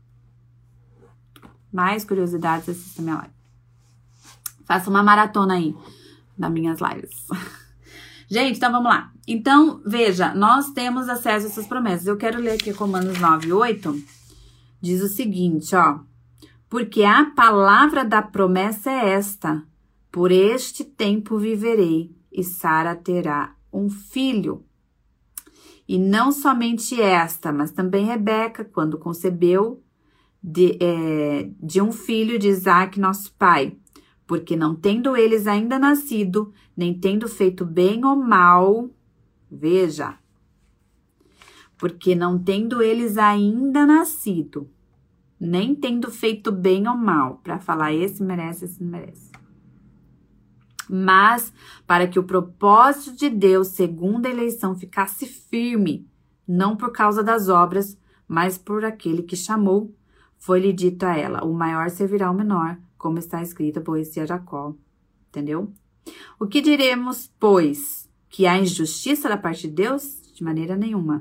Mais curiosidades, assista minha live. Faça uma maratona aí das minhas lives. Gente, então vamos lá. Então, veja, nós temos acesso a essas promessas. Eu quero ler aqui Romanos nove, oito. Diz o seguinte, ó. Porque a palavra da promessa é esta: por este tempo viverei, e Sara terá um filho. E não somente esta, mas também Rebeca, quando concebeu de, é, de um filho de Isaque, nosso pai. Porque não tendo eles ainda nascido, nem tendo feito bem ou mal, veja, porque não tendo eles ainda nascido, nem tendo feito bem ou mal, para falar esse merece, esse não merece. Mas para que o propósito de Deus, segundo a eleição, ficasse firme, não por causa das obras, mas por aquele que chamou, foi-lhe dito a ela: o maior servirá ao menor, como está escrito, aborreci a Jacó. Entendeu? O que diremos, pois? Que há injustiça da parte de Deus? De maneira nenhuma.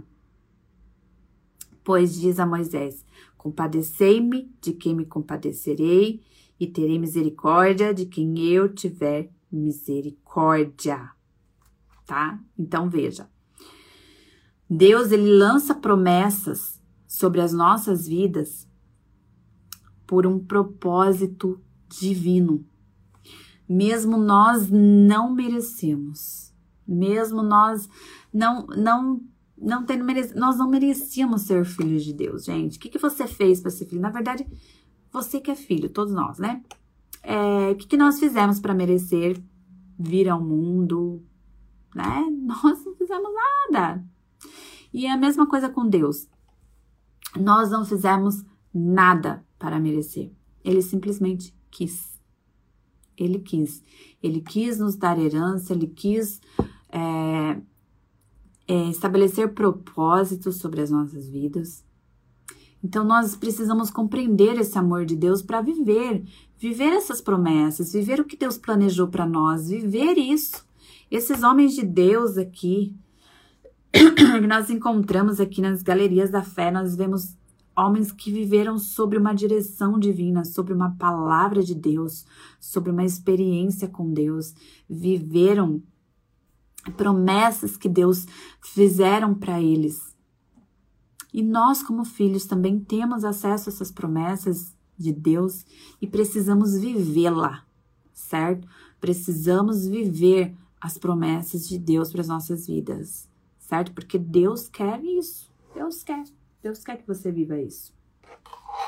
Pois diz a Moisés: compadecei-me de quem me compadecerei, e terei misericórdia de quem eu tiver misericórdia. Tá? Então, veja. Deus, ele lança promessas sobre as nossas vidas por um propósito divino. Mesmo nós não merecemos. Mesmo nós não... não Não tendo mere... Nós não merecíamos ser filhos de Deus, gente. O que, que você fez para ser filho? Na verdade, você que é filho, todos nós, né? É... O que, que nós fizemos para merecer vir ao mundo, né? Nós não fizemos nada. E é a mesma coisa com Deus. Nós não fizemos nada para merecer. Ele simplesmente quis. Ele quis. Ele quis nos dar herança, ele quis... É... É, estabelecer propósitos sobre as nossas vidas. Então, nós precisamos compreender esse amor de Deus para viver, viver essas promessas, viver o que Deus planejou para nós, viver isso. Esses homens de Deus aqui, que nós encontramos aqui nas galerias da fé, nós vemos homens que viveram sobre uma direção divina, sobre uma palavra de Deus, sobre uma experiência com Deus, viveram promessas que Deus fizeram para eles. E nós, como filhos, também temos acesso a essas promessas de Deus e precisamos vivê-la, certo? Precisamos viver as promessas de Deus para as nossas vidas, certo? Porque Deus quer isso. Deus quer. Deus quer que você viva isso.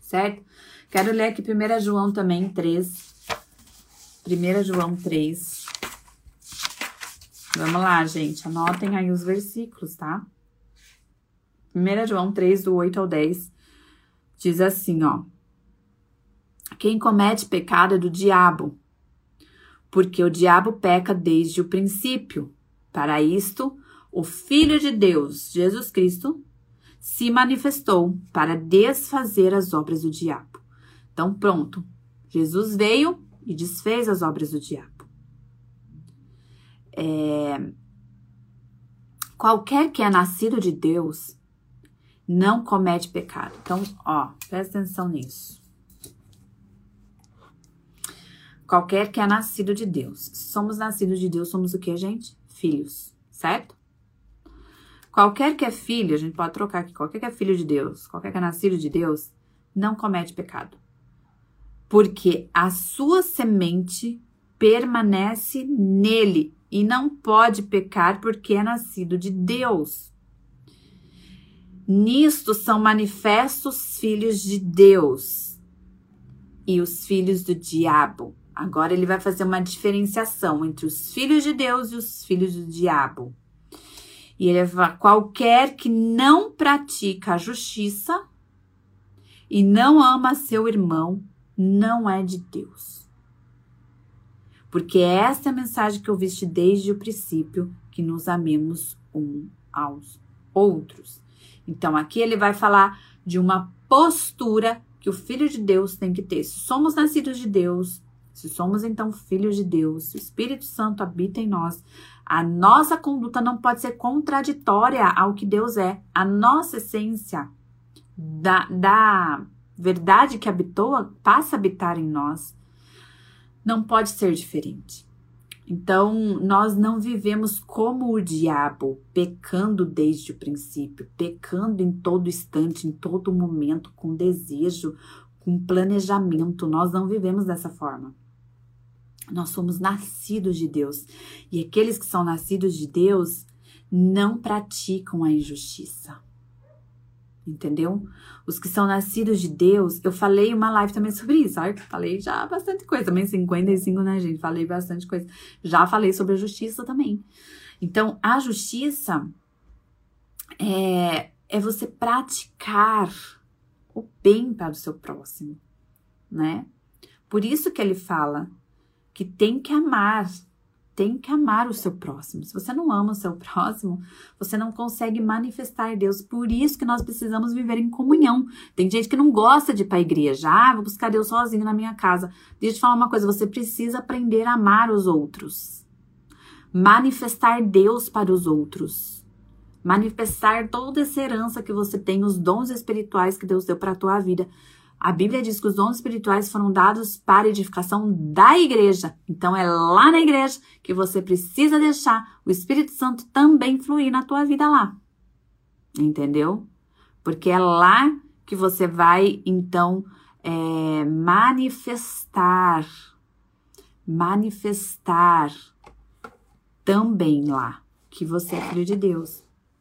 certo? Quero ler aqui primeiro João também, três. primeiro João três. Vamos lá, gente. Anotem aí os versículos, tá? primeiro João três, do oito ao dez. Diz assim, ó. Quem comete pecado é do diabo, porque o diabo peca desde o princípio. Para isto, o Filho de Deus, Jesus Cristo, se manifestou para desfazer as obras do diabo. Então, pronto. Jesus veio e desfez as obras do diabo. É... Qualquer que é nascido de Deus não comete pecado. Então, ó, presta atenção nisso. Qualquer que é nascido de Deus. Somos nascidos de Deus, somos o que, gente? Filhos, certo? Qualquer que é filho, a gente pode trocar aqui, qualquer que é filho de Deus, qualquer que é nascido de Deus, não comete pecado. Porque a sua semente permanece nele e não pode pecar porque é nascido de Deus. Nisto são manifestos filhos de Deus e os filhos do diabo. Agora ele vai fazer uma diferenciação entre os filhos de Deus e os filhos do diabo. E ele vai, qualquer que não pratica a justiça e não ama seu irmão, não é de Deus. Porque essa é a mensagem que eu viste desde o princípio, que nos amemos uns aos outros. Então, aqui ele vai falar de uma postura que o Filho de Deus tem que ter. Se somos nascidos de Deus, se somos, então, filhos de Deus, se o Espírito Santo habita em nós, a nossa conduta não pode ser contraditória ao que Deus é. A nossa essência da, da verdade que habitou, passa a habitar em nós, não pode ser diferente. Então, nós não vivemos como o diabo, pecando desde o princípio, pecando em todo instante, em todo momento, com desejo, com planejamento. Nós não vivemos dessa forma. Nós somos nascidos de Deus. E aqueles que são nascidos de Deus não praticam a injustiça. Entendeu? Os que são nascidos de Deus, eu falei uma live também sobre isso, olha, falei já bastante coisa, também cinquenta e cinco, né, gente? Falei bastante coisa. Já falei sobre a justiça também. Então, a justiça é, é você praticar o bem para o seu próximo, né? Por isso que ele fala que tem que amar, tem que amar o seu próximo. Se você não ama o seu próximo, você não consegue manifestar Deus. Por isso que nós precisamos viver em comunhão. Tem gente que não gosta de ir para a igreja. Ah, vou buscar Deus sozinho na minha casa. Deixa eu te falar uma coisa, você precisa aprender a amar os outros. Manifestar Deus para os outros. Manifestar toda essa herança que você tem, os dons espirituais que Deus deu para a tua vida. A Bíblia diz que os dons espirituais foram dados para a edificação da igreja. Então, é lá na igreja que você precisa deixar o Espírito Santo também fluir na tua vida lá. Entendeu? Porque é lá que você vai, então, é, manifestar, manifestar também lá que você é filho de Deus.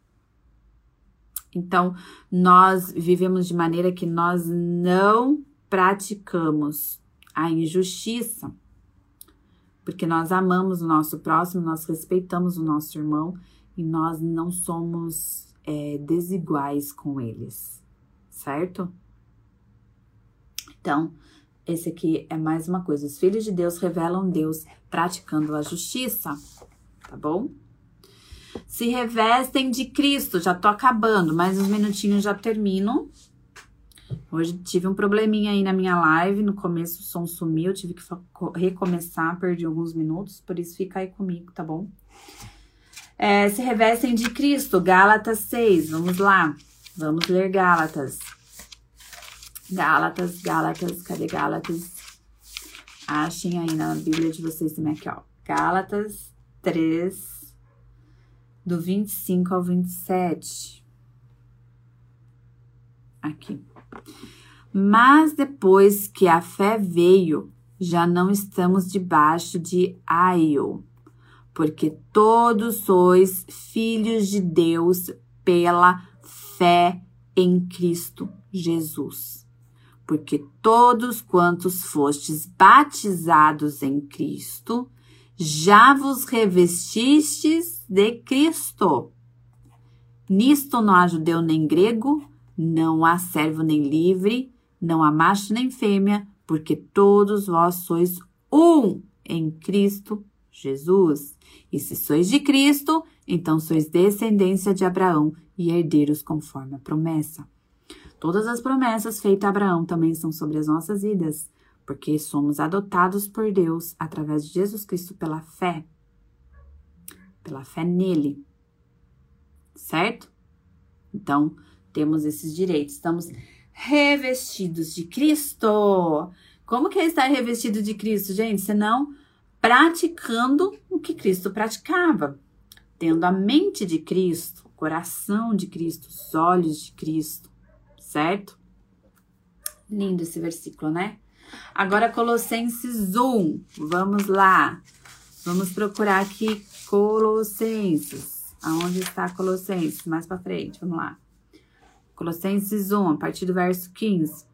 Então, nós vivemos de maneira que nós não praticamos a injustiça, porque nós amamos o nosso próximo, nós respeitamos o nosso irmão e nós não somos é, desiguais com eles, certo? Então, esse aqui é mais uma coisa. Os filhos de Deus revelam Deus praticando a justiça, tá bom? Se revestem de Cristo. Já tô acabando, mais uns minutinhos já termino. Hoje tive um probleminha aí na minha live. No começo o som sumiu, tive que recomeçar, perdi alguns minutos. Por isso fica aí comigo, tá bom? É, se revestem de Cristo. Gálatas seis, vamos lá. Vamos ler Gálatas. Gálatas, Gálatas, cadê Gálatas? Achem aí na Bíblia de vocês também aqui, ó. Gálatas três... do vinte e cinco ao vinte e sete. Aqui. Mas depois que a fé veio, já não estamos debaixo de aio, porque todos sois filhos de Deus pela fé em Cristo Jesus. porque todos quantos fostes batizados em Cristo, já vos revestistes de Cristo. Nisto não há judeu nem grego, não há servo nem livre, não há macho nem fêmea, porque todos vós sois um em Cristo Jesus. E se sois de Cristo, então sois descendência de Abraão e herdeiros conforme a promessa. Todas as promessas feitas a Abraão também são sobre as nossas vidas, porque somos adotados por Deus através de Jesus Cristo pela fé. Pela fé nele. Certo? Então, temos esses direitos. Estamos revestidos de Cristo. Como que é estar revestido de Cristo, gente? Senão praticando o que Cristo praticava. Tendo a mente de Cristo, o coração de Cristo, os olhos de Cristo. Certo? Lindo esse versículo, né? Agora, Colossenses um. Vamos lá. Vamos procurar aqui Colossenses. Aonde está Colossenses? Mais para frente, vamos lá. Colossenses um, a partir do verso quinze.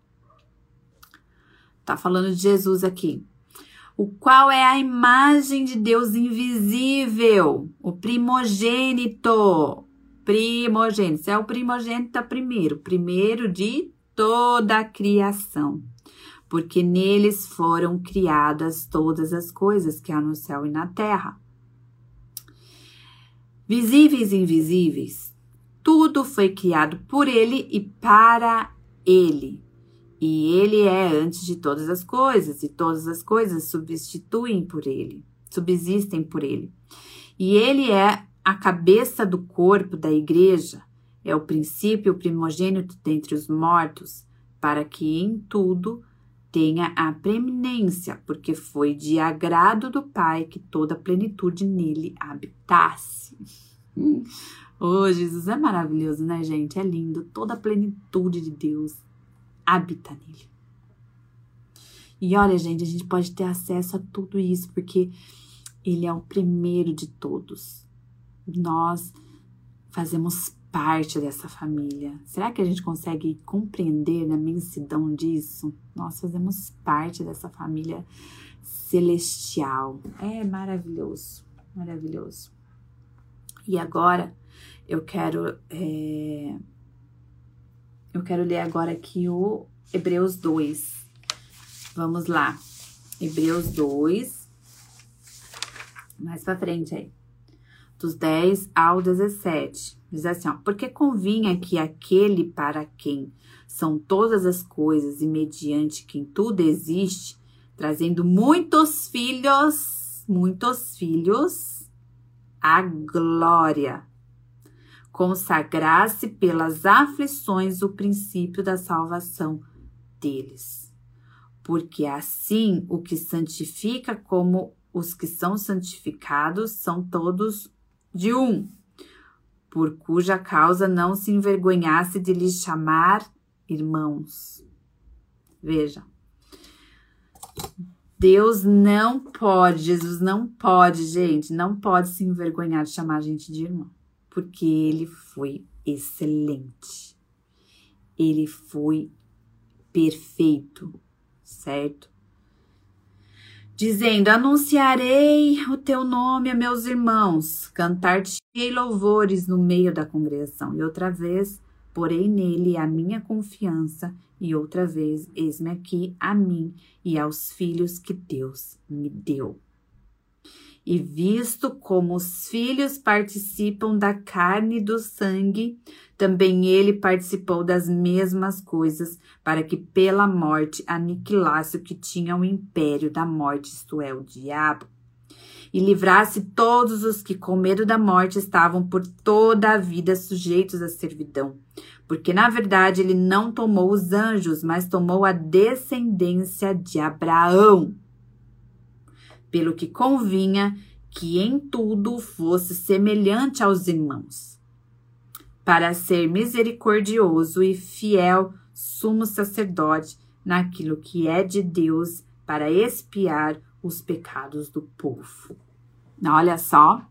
Tá falando de Jesus aqui. O qual é a imagem de Deus invisível, o primogênito. Primogênito, é o primogênito primeiro, primeiro de toda a criação. Porque neles foram criadas todas as coisas que há no céu e na terra. Visíveis e invisíveis, tudo foi criado por ele e para ele. E ele é antes de todas as coisas, e todas as coisas substituem por ele, subsistem por ele. E ele é a cabeça do corpo da igreja, é o princípio, o primogênito dentre os mortos, para que em tudo tenha a preeminência, porque foi de agrado do Pai que toda a plenitude nele habitasse. Hum. Oh, Jesus é maravilhoso, né, gente? É lindo. Toda a plenitude de Deus habita nele. E olha, gente, a gente pode ter acesso a tudo isso, porque ele é o primeiro de todos. Nós fazemos parte dessa família. Será que a gente consegue compreender a imensidão disso? Nós fazemos parte dessa família celestial. É maravilhoso, maravilhoso. E agora, eu quero, é, eu quero ler agora aqui o Hebreus dois. Vamos lá. Hebreus dois. Mais pra frente aí. Dos dez ao dezessete. Diz assim, ó. Porque convinha que aquele para quem são todas as coisas e mediante quem tudo existe, trazendo muitos filhos, muitos filhos, a glória, consagrasse pelas aflições o princípio da salvação deles. Porque assim o que santifica como os que são santificados são todos de um, por cuja causa não se envergonhasse de lhes chamar irmãos. Veja, Deus não pode, Jesus não pode, gente, não pode se envergonhar de chamar a gente de irmão, porque ele foi excelente, ele foi perfeito, certo? Dizendo, anunciarei o teu nome a meus irmãos, cantar-te-ei louvores no meio da congregação. E outra vez, porei nele a minha confiança, e outra vez, eis-me aqui a mim e aos filhos que Deus me deu. E visto como os filhos participam da carne e do sangue, também ele participou das mesmas coisas, para que pela morte aniquilasse o que tinha o império da morte, isto é, o diabo, e livrasse todos os que com medo da morte estavam por toda a vida sujeitos à servidão. Porque, na verdade, ele não tomou os anjos, mas tomou a descendência de Abraão. Pelo que convinha que em tudo fosse semelhante aos irmãos, para ser misericordioso e fiel sumo sacerdote naquilo que é de Deus, para expiar os pecados do povo. Olha só.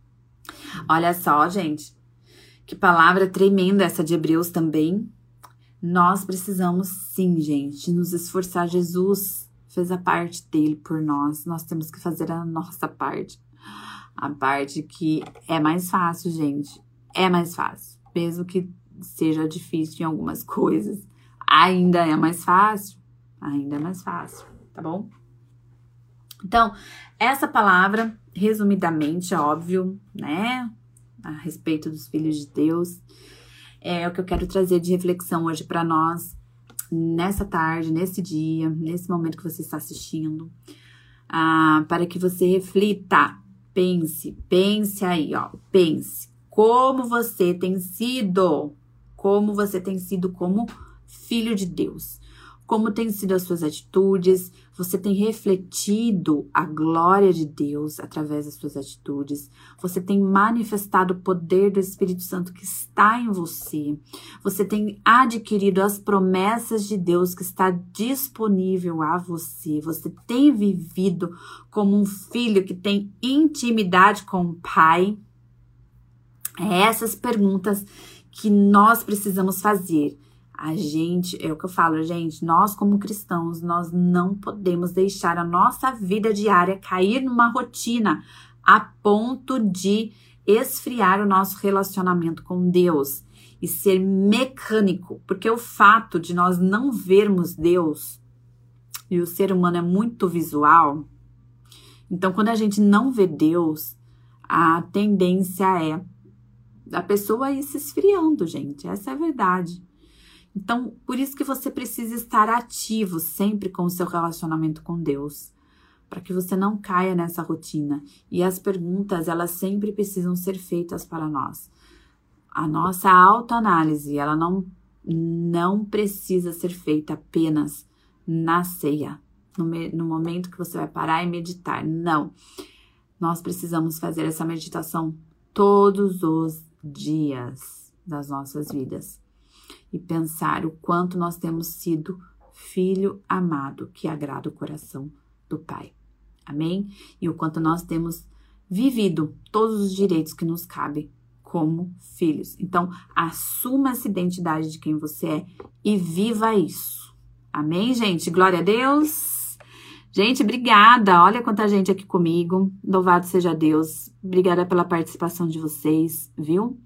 Olha só, gente. Que palavra tremenda essa de Hebreus também. Nós precisamos sim, gente, nos esforçar. Jesus fez a parte dele por nós. Nós temos que fazer a nossa parte. A parte que é mais fácil, gente. É mais fácil. Mesmo que seja difícil em algumas coisas. Ainda é mais fácil. Ainda é mais fácil, tá bom? Então, essa palavra, resumidamente, óbvio, né? A respeito dos filhos de Deus. É o que eu quero trazer de reflexão hoje para nós. Nessa tarde, nesse dia, nesse momento que você está assistindo. Ah, para que você reflita. Pense, pense aí, ó. Pense. Como você tem sido. Como você tem sido como filho de Deus. Como tem sido as suas atitudes. Você tem refletido a glória de Deus através das suas atitudes. Você tem manifestado o poder do Espírito Santo que está em você. Você tem adquirido as promessas de Deus que está disponível a você. Você tem vivido como um filho que tem intimidade com o Pai. É essas perguntas que nós precisamos fazer. A gente, é o que eu falo, gente, nós como cristãos, nós não podemos deixar a nossa vida diária cair numa rotina a ponto de esfriar o nosso relacionamento com Deus e ser mecânico, porque o fato de nós não vermos Deus, e o ser humano é muito visual, então quando a gente não vê Deus, a tendência é a pessoa ir se esfriando, gente, essa é a verdade. Então, por isso que você precisa estar ativo sempre com o seu relacionamento com Deus, para que você não caia nessa rotina. E as perguntas, elas sempre precisam ser feitas para nós. A nossa autoanálise, ela não, não precisa ser feita apenas na ceia, no, me, no momento que você vai parar e meditar. Não. Nós precisamos fazer essa meditação todos os dias das nossas vidas. E pensar o quanto nós temos sido filho amado que agrada o coração do Pai. Amém? E o quanto nós temos vivido todos os direitos que nos cabem como filhos. Então, assuma essa identidade de quem você é e viva isso. Amém, gente? Glória a Deus! Gente, obrigada! Olha quanta gente aqui comigo. Louvado seja Deus. Obrigada pela participação de vocês, viu?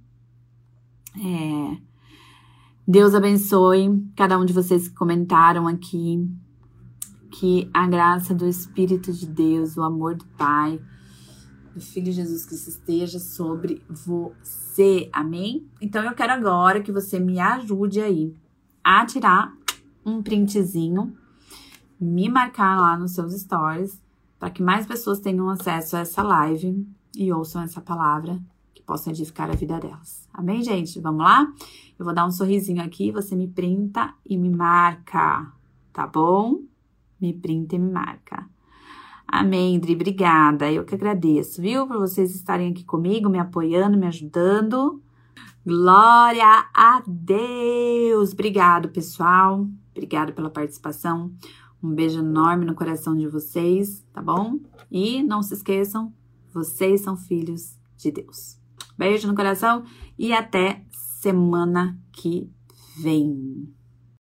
É... Deus abençoe cada um de vocês que comentaram aqui. Que a graça do Espírito de Deus, o amor do Pai, do Filho Jesus Cristo esteja sobre você. Amém? Então, eu quero agora que você me ajude aí a tirar um printzinho, me marcar lá nos seus stories, para que mais pessoas tenham acesso a essa live e ouçam essa palavra, que possam edificar a vida delas. Amém, gente? Vamos lá? Eu vou dar um sorrisinho aqui, você me printa e me marca, tá bom? Me printa e me marca. Amém, Dri, obrigada. Eu que agradeço, viu? Por vocês estarem aqui comigo, me apoiando, me ajudando. Glória a Deus! Obrigado, pessoal. Obrigada pela participação. Um beijo enorme no coração de vocês, tá bom? E não se esqueçam, vocês são filhos de Deus. Beijo no coração e até semana que vem.